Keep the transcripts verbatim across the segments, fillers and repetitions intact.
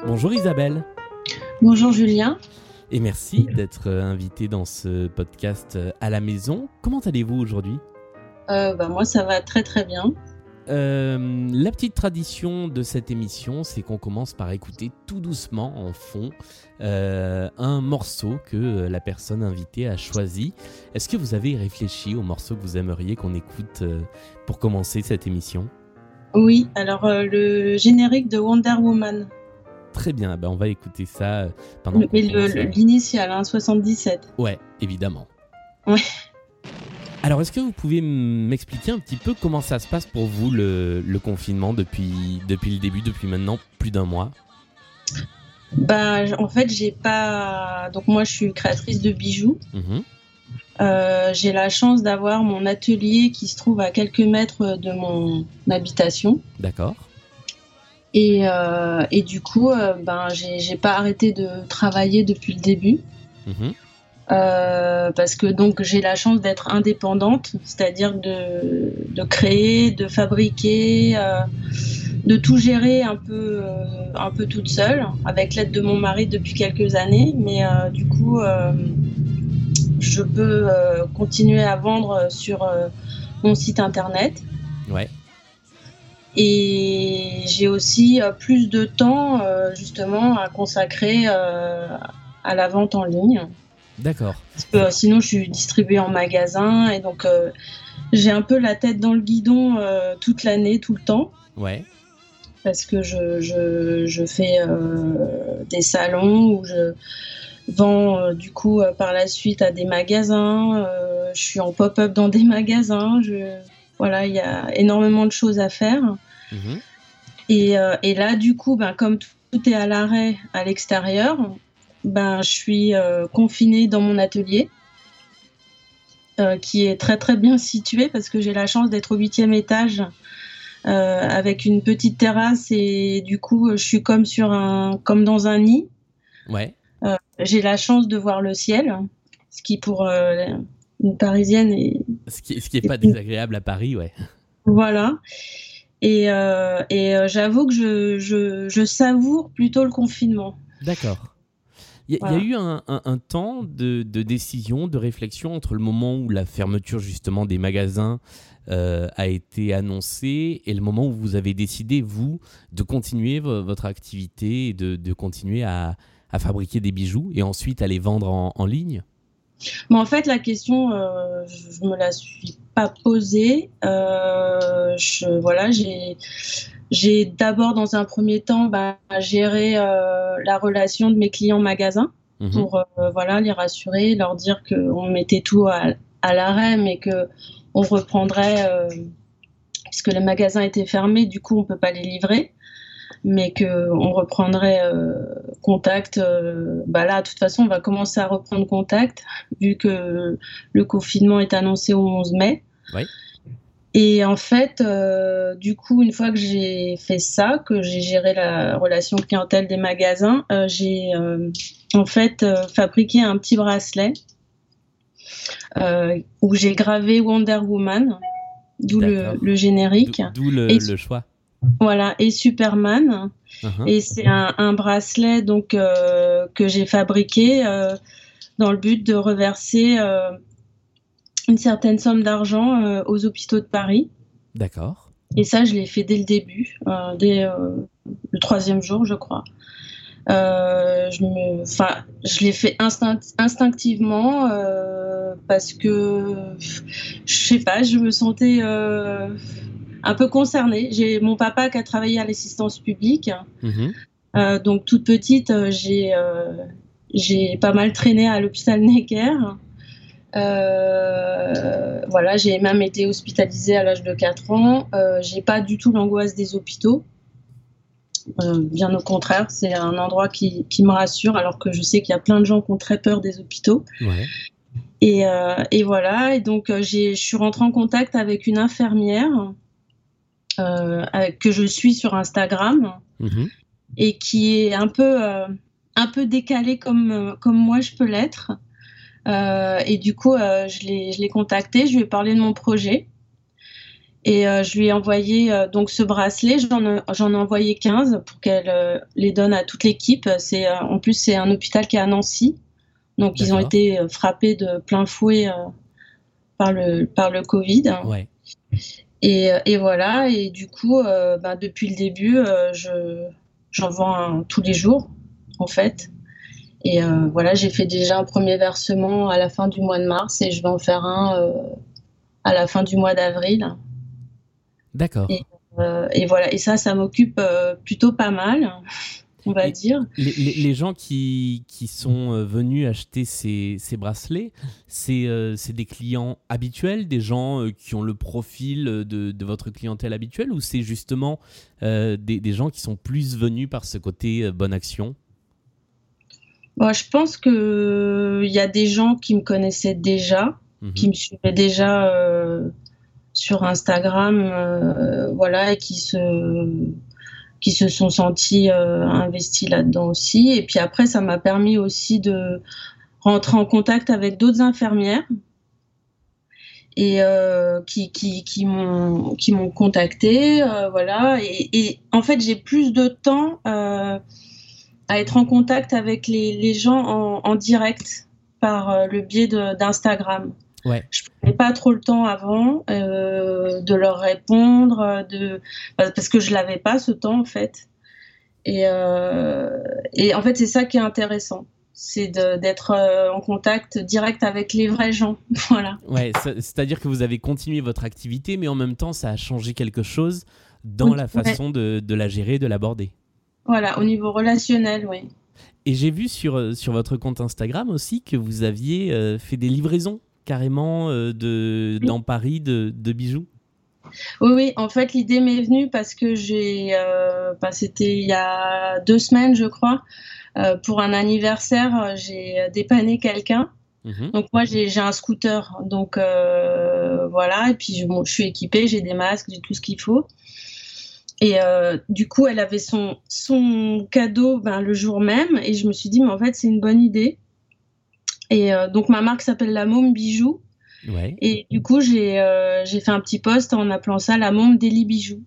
Bonjour Isabelle. Bonjour Julien. Et merci d'être invitée dans ce podcast à la maison. Comment allez-vous aujourd'hui ? euh, bah, Moi ça va très très bien. Euh, la petite tradition de cette émission, c'est qu'on commence par écouter tout doucement en fond euh, un morceau que la personne invitée a choisi. Est-ce que vous avez réfléchi au morceau que vous aimeriez qu'on écoute euh, pour commencer cette émission ? Oui, alors euh, le générique de Wonder Woman. Très bien, ben on va écouter ça pendant le, qu'on Mais commence le, à... l'initial, hein, soixante-dix-sept. Ouais, évidemment. Ouais. Alors, est-ce que vous pouvez m'expliquer un petit peu comment ça se passe pour vous, le, le confinement, depuis, depuis le début, depuis maintenant plus d'un mois ? Bah, en fait, j'ai pas... Donc moi, je suis créatrice de bijoux. Mmh. Euh, j'ai la chance d'avoir mon atelier qui se trouve à quelques mètres de mon habitation. D'accord. Et, euh, et du coup, euh, ben, j'ai, j'ai pas arrêté de travailler depuis le début. Mmh. Euh, parce que donc j'ai la chance d'être indépendante, c'est-à-dire de, de créer, de fabriquer, euh, de tout gérer un peu, euh, un peu toute seule, avec l'aide de mon mari depuis quelques années. Mais euh, du coup, euh, je peux euh, continuer à vendre sur euh, mon site internet. Ouais. Et j'ai aussi euh, plus de temps euh, justement à consacrer euh, à la vente en ligne. D'accord. Parce que euh, sinon, je suis distribuée en magasin et donc euh, j'ai un peu la tête dans le guidon euh, toute l'année, tout le temps. Ouais. Parce que je, je, je fais euh, des salons où je vends euh, du coup euh, par la suite à des magasins. Euh, je suis en pop-up dans des magasins. Je, voilà, il y a énormément de choses à faire. Mmh. Et, euh, et là, du coup, ben, comme tout, tout est à l'arrêt à l'extérieur, ben, je suis euh, confinée dans mon atelier, euh, qui est très très bien situé parce que j'ai la chance d'être au huitième étage euh, avec une petite terrasse et du coup, je suis comme sur un, comme dans un nid. Ouais. Euh, j'ai la chance de voir le ciel, ce qui pour euh, une Parisienne est... Ce qui, ce qui est pas désagréable à Paris, ouais. Voilà. Et, euh, et euh, j'avoue que je, je, je savoure plutôt le confinement. D'accord. Il y, Voilà. y a eu un, un, un temps de, de décision, de réflexion entre le moment où la fermeture justement des magasins euh, a été annoncée et le moment où vous avez décidé, vous, de continuer v- votre activité et de, de continuer à, à fabriquer des bijoux et ensuite à les vendre en, en ligne ? Mais en fait, la question, euh, je me la suis pas posée. Euh, je, voilà, j'ai, j'ai d'abord, dans un premier temps, bah, géré euh, la relation de mes clients magasins Mmh. pour euh, voilà, les rassurer, leur dire qu'on mettait tout à, à l'arrêt, mais que on reprendrait, euh, puisque les magasins étaient fermés, du coup, on peut pas les livrer. Mais qu'on reprendrait euh, contact. Euh, bah là, de toute façon, on va commencer à reprendre contact, vu que le confinement est annoncé au onze mai. Oui. Et en fait, euh, du coup, une fois que j'ai fait ça, que j'ai géré la relation clientèle des magasins, euh, j'ai euh, en fait euh, fabriqué un petit bracelet euh, où j'ai gravé Wonder Woman, d'où le, le générique. D'où, d'où le, et, le choix. Voilà, et Superman. Uh-huh. Et c'est un, un bracelet donc euh, que j'ai fabriqué euh, dans le but de reverser euh, une certaine somme d'argent euh, aux hôpitaux de Paris. D'accord. Et ça, je l'ai fait dès le début, euh, dès euh, le troisième jour, je crois. Euh, je me, enfin, je l'ai fait instinct, instinctivement euh, parce que je sais pas, je me sentais euh, un peu concernée. J'ai mon papa qui a travaillé à l'assistance publique. Mmh. Euh, donc toute petite, euh, j'ai, euh, j'ai pas mal traîné à l'hôpital Necker. Euh, voilà, j'ai même été hospitalisée à l'âge de quatre ans. Euh, j'ai pas du tout l'angoisse des hôpitaux. Euh, bien au contraire, c'est un endroit qui, qui me rassure, alors que je sais qu'il y a plein de gens qui ont très peur des hôpitaux. Ouais. Et, euh, et voilà, et donc euh, j'ai, je suis rentrée en contact avec une infirmière euh, avec, que je suis sur Instagram. Mmh. Et qui est un peu, euh, un peu décalé comme, euh, comme moi je peux l'être. Euh, et du coup, euh, je l'ai, je l'ai contacté, je lui ai parlé de mon projet. Et euh, je lui ai envoyé euh, donc ce bracelet, j'en ai, j'en ai envoyé quinze pour qu'elle euh, les donne à toute l'équipe. C'est, euh, en plus, c'est un hôpital qui est à Nancy, donc ils ont D'accord. été euh, frappés de plein fouet euh, par, le, par le Covid. Ouais. Et, et voilà, et du coup, euh, ben, depuis le début, euh, je, j'en vends un, tous les jours, en fait. Et euh, voilà, j'ai fait déjà un premier versement à la fin du mois de mars et je vais en faire un euh, à la fin du mois d'avril. Et, D'accord. euh, et voilà, et ça, ça m'occupe euh, plutôt pas mal, on va Et dire. les, les- les gens qui, qui sont euh, venus acheter ces, ces bracelets, c'est euh, c'est des clients habituels, des gens euh, qui ont le profil de, de votre clientèle habituelle, ou c'est justement euh, des, des gens qui sont plus venus par ce côté euh, bonne action? Bon, je pense qu'il y a des gens qui me connaissaient déjà, qui Mhm. me suivaient déjà euh, sur Instagram, euh, voilà, et qui se, qui se sont sentis euh, investis là-dedans aussi. Et puis après, ça m'a permis aussi de rentrer en contact avec d'autres infirmières et euh, qui, qui, qui m'ont qui m'ont contacté, euh, voilà. Et, et en fait, j'ai plus de temps euh, à être en contact avec les, les gens en, en direct par euh, le biais de, d'Instagram. Ouais. Je prenais pas trop le temps avant euh, de leur répondre, de parce que je l'avais pas ce temps en fait. Et, euh, et en fait, c'est ça qui est intéressant, c'est de, d'être euh, en contact direct avec les vrais gens, voilà. Ouais, ça- c'est-à-dire que vous avez continué votre activité, mais en même temps, ça a changé quelque chose dans Oui, la ouais, façon de, de la gérer, de l'aborder. voilà, au niveau relationnel, oui. Et j'ai vu sur, euh, sur votre compte Instagram aussi que vous aviez euh, fait des livraisons carrément euh, de, Oui, dans Paris de, de bijoux. oui, oui, en fait, l'idée m'est venue parce que j'ai, euh, bah, c'était il y a deux semaines, je crois, euh, pour un anniversaire, euh, j'ai dépanné quelqu'un. Mhm. Donc moi, j'ai, j'ai un scooter, donc euh, voilà, et puis je, bon, je suis équipée, j'ai des masques, j'ai tout ce qu'il faut. Et euh, du coup, elle avait son, son cadeau ben, le jour même, et je me suis dit, mais en fait, c'est une bonne idée. Et euh, donc ma marque s'appelle La Môme Bijoux. Ouais. Et du coup, j'ai euh, j'ai fait un petit post en appelant ça La Môme Daily Bijoux.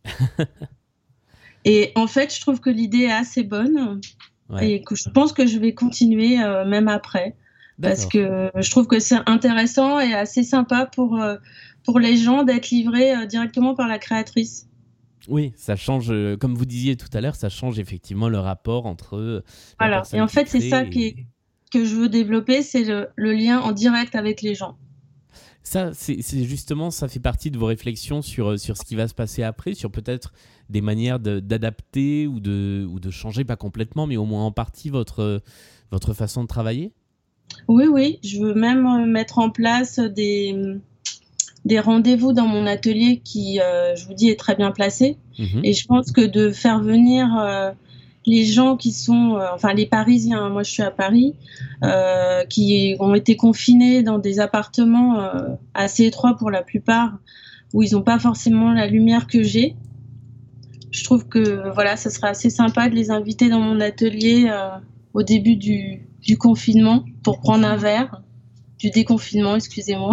Et en fait, je trouve que l'idée est assez bonne Ouais. et que je pense que je vais continuer euh, même après. Parce D'accord. que je trouve que c'est intéressant et assez sympa pour, euh, pour les gens d'être livrés euh, directement par la créatrice. Oui, ça change, euh, comme vous disiez tout à l'heure, ça change effectivement le rapport entre euh, la Voilà. Et personne en qui fait, c'est crée ça qui est- et... que je veux développer, c'est le, le lien en direct avec les gens. Ça, c'est c'est justement, ça fait partie de vos réflexions sur, euh, sur ce qui va se passer après, sur peut-être des manières de- d'adapter ou de, ou de changer, pas complètement, mais au moins en partie votre, euh, votre façon de travailler. Oui, oui, je veux même euh, mettre en place des, des rendez-vous dans mon atelier qui, euh, je vous dis, est très bien placé. Mhm. Et je pense que de faire venir euh, les gens qui sont, euh, enfin les Parisiens, hein, moi je suis à Paris, euh, qui ont été confinés dans des appartements euh, assez étroits pour la plupart, où ils n'ont pas forcément la lumière que j'ai. Je trouve que voilà, ce serait assez sympa de les inviter dans mon atelier euh, au début du, du confinement pour prendre un verre, du déconfinement, excusez-moi.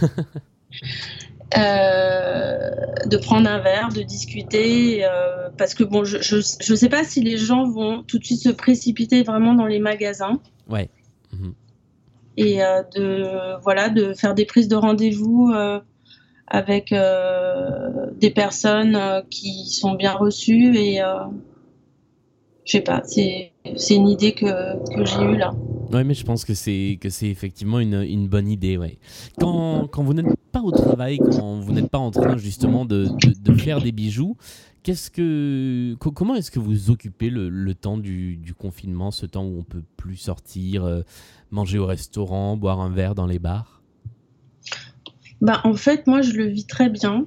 Euh, de prendre un verre, de discuter, euh, parce que bon, je, je je sais pas si les gens vont tout de suite se précipiter vraiment dans les magasins Ouais. Mhm. et euh, de voilà de faire des prises de rendez-vous euh, avec euh, des personnes euh, qui sont bien reçues et euh, je sais pas, c'est c'est une idée que que j'ai eue là. Ouais, mais je pense que c'est que c'est effectivement une, une bonne idée, ouais. Quand, quand vous n'êtes pas au travail, quand vous n'êtes pas en train justement de, de, de faire des bijoux, qu'est-ce que co- comment est-ce que vous occupez le, le temps du, du confinement, ce temps où on peut plus sortir, euh, manger au restaurant, boire un verre dans les bars? Bah en fait moi je le vis très bien.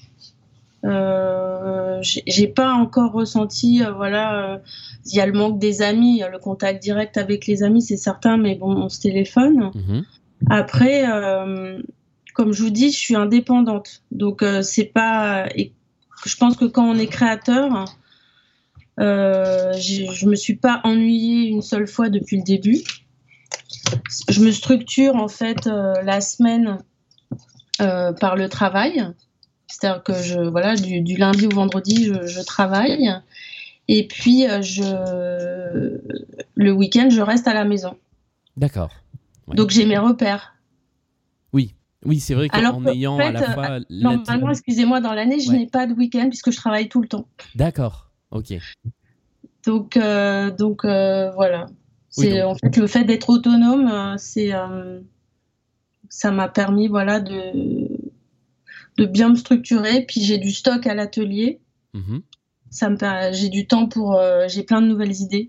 Euh, j'ai j'ai pas encore ressenti, euh, voilà, euh, il y a le manque des amis, le contact direct avec les amis, c'est certain, mais bon, on se téléphone. Mhm. Après, euh, comme je vous dis, je suis indépendante, donc euh, c'est pas. Et je pense que quand on est créateur, euh, j'ai- je me suis pas ennuyée une seule fois depuis le début. Je me structure en fait euh, la semaine euh, par le travail. C'est-à-dire que je, voilà, du, du lundi au vendredi, je, je travaille. Et puis, euh, je, le week-end, je reste à la maison. D'accord. Ouais. Donc, j'ai mes repères. Oui, oui, c'est vrai qu'en ayant en fait, à la fois... Normalement, excusez-moi, dans l'année, je ouais. n'ai pas de week-end puisque je travaille tout le temps. D'accord, ok. Donc, euh, donc euh, voilà. C'est, oui, donc... En fait, le fait d'être autonome, c'est, euh, ça m'a permis, voilà, de, de bien me structurer. Puis j'ai du stock à l'atelier. Mmh. Ça me, j'ai du temps pour, euh, j'ai plein de nouvelles idées.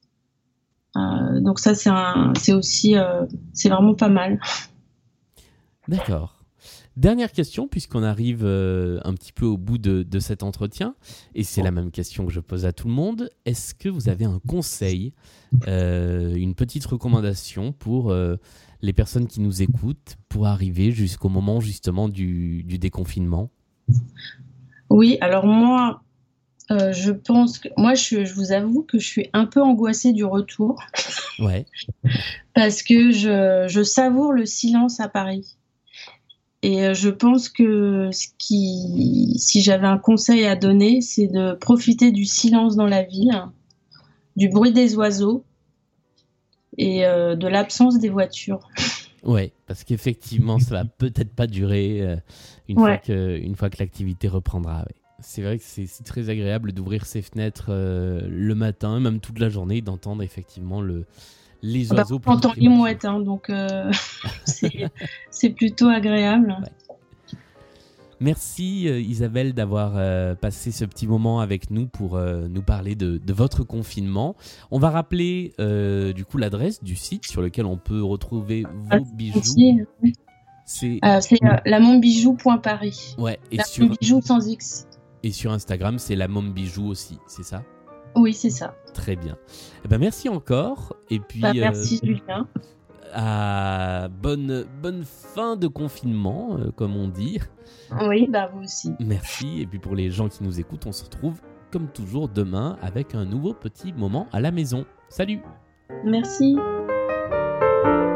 Euh, donc ça, c'est, un, c'est aussi, euh, c'est vraiment pas mal. D'accord. Dernière question, puisqu'on arrive euh, un petit peu au bout de, de cet entretien, et c'est la même question que je pose à tout le monde. Est-ce que vous avez un conseil, euh, une petite recommandation pour euh, les personnes qui nous écoutent pour arriver jusqu'au moment justement du, du déconfinement ? Oui, alors moi, euh, je pense que moi, je, je vous avoue que je suis un peu angoissée du retour. Ouais. Parce que je, je savoure le silence à Paris. Et je pense que ce qui, si j'avais un conseil à donner, c'est de profiter du silence dans la ville, du bruit des oiseaux et euh, de l'absence des voitures. Ouais, parce qu'effectivement, ça va peut-être pas durer euh, une, ouais. fois que, une fois que l'activité reprendra. Ouais. C'est vrai que c'est, c'est très agréable d'ouvrir ses fenêtres euh, le matin, même toute la journée, d'entendre effectivement le, les oiseaux. Bah, on entend les mouettes, hein, donc euh, c'est, c'est plutôt agréable. Ouais. Merci euh, Isabelle d'avoir euh, passé ce petit moment avec nous pour euh, nous parler de, de votre confinement. On va rappeler euh, du coup l'adresse du site sur lequel on peut retrouver vos ah, bijoux. Aussi, oui. C'est, euh, c'est euh, la mom bijou point paris. Ouais, et la sur bijou sans X. Et sur Instagram, c'est la mom bijou aussi, c'est ça ? Oui, c'est ça. Très bien. Eh ben, merci encore. Et puis, bah, merci euh, Julien. À bonne, bonne fin de confinement, euh, comme on dit. Oui, bah vous aussi. Merci. Et puis pour les gens qui nous écoutent, on se retrouve comme toujours demain avec un nouveau petit moment à la maison. Salut. Merci.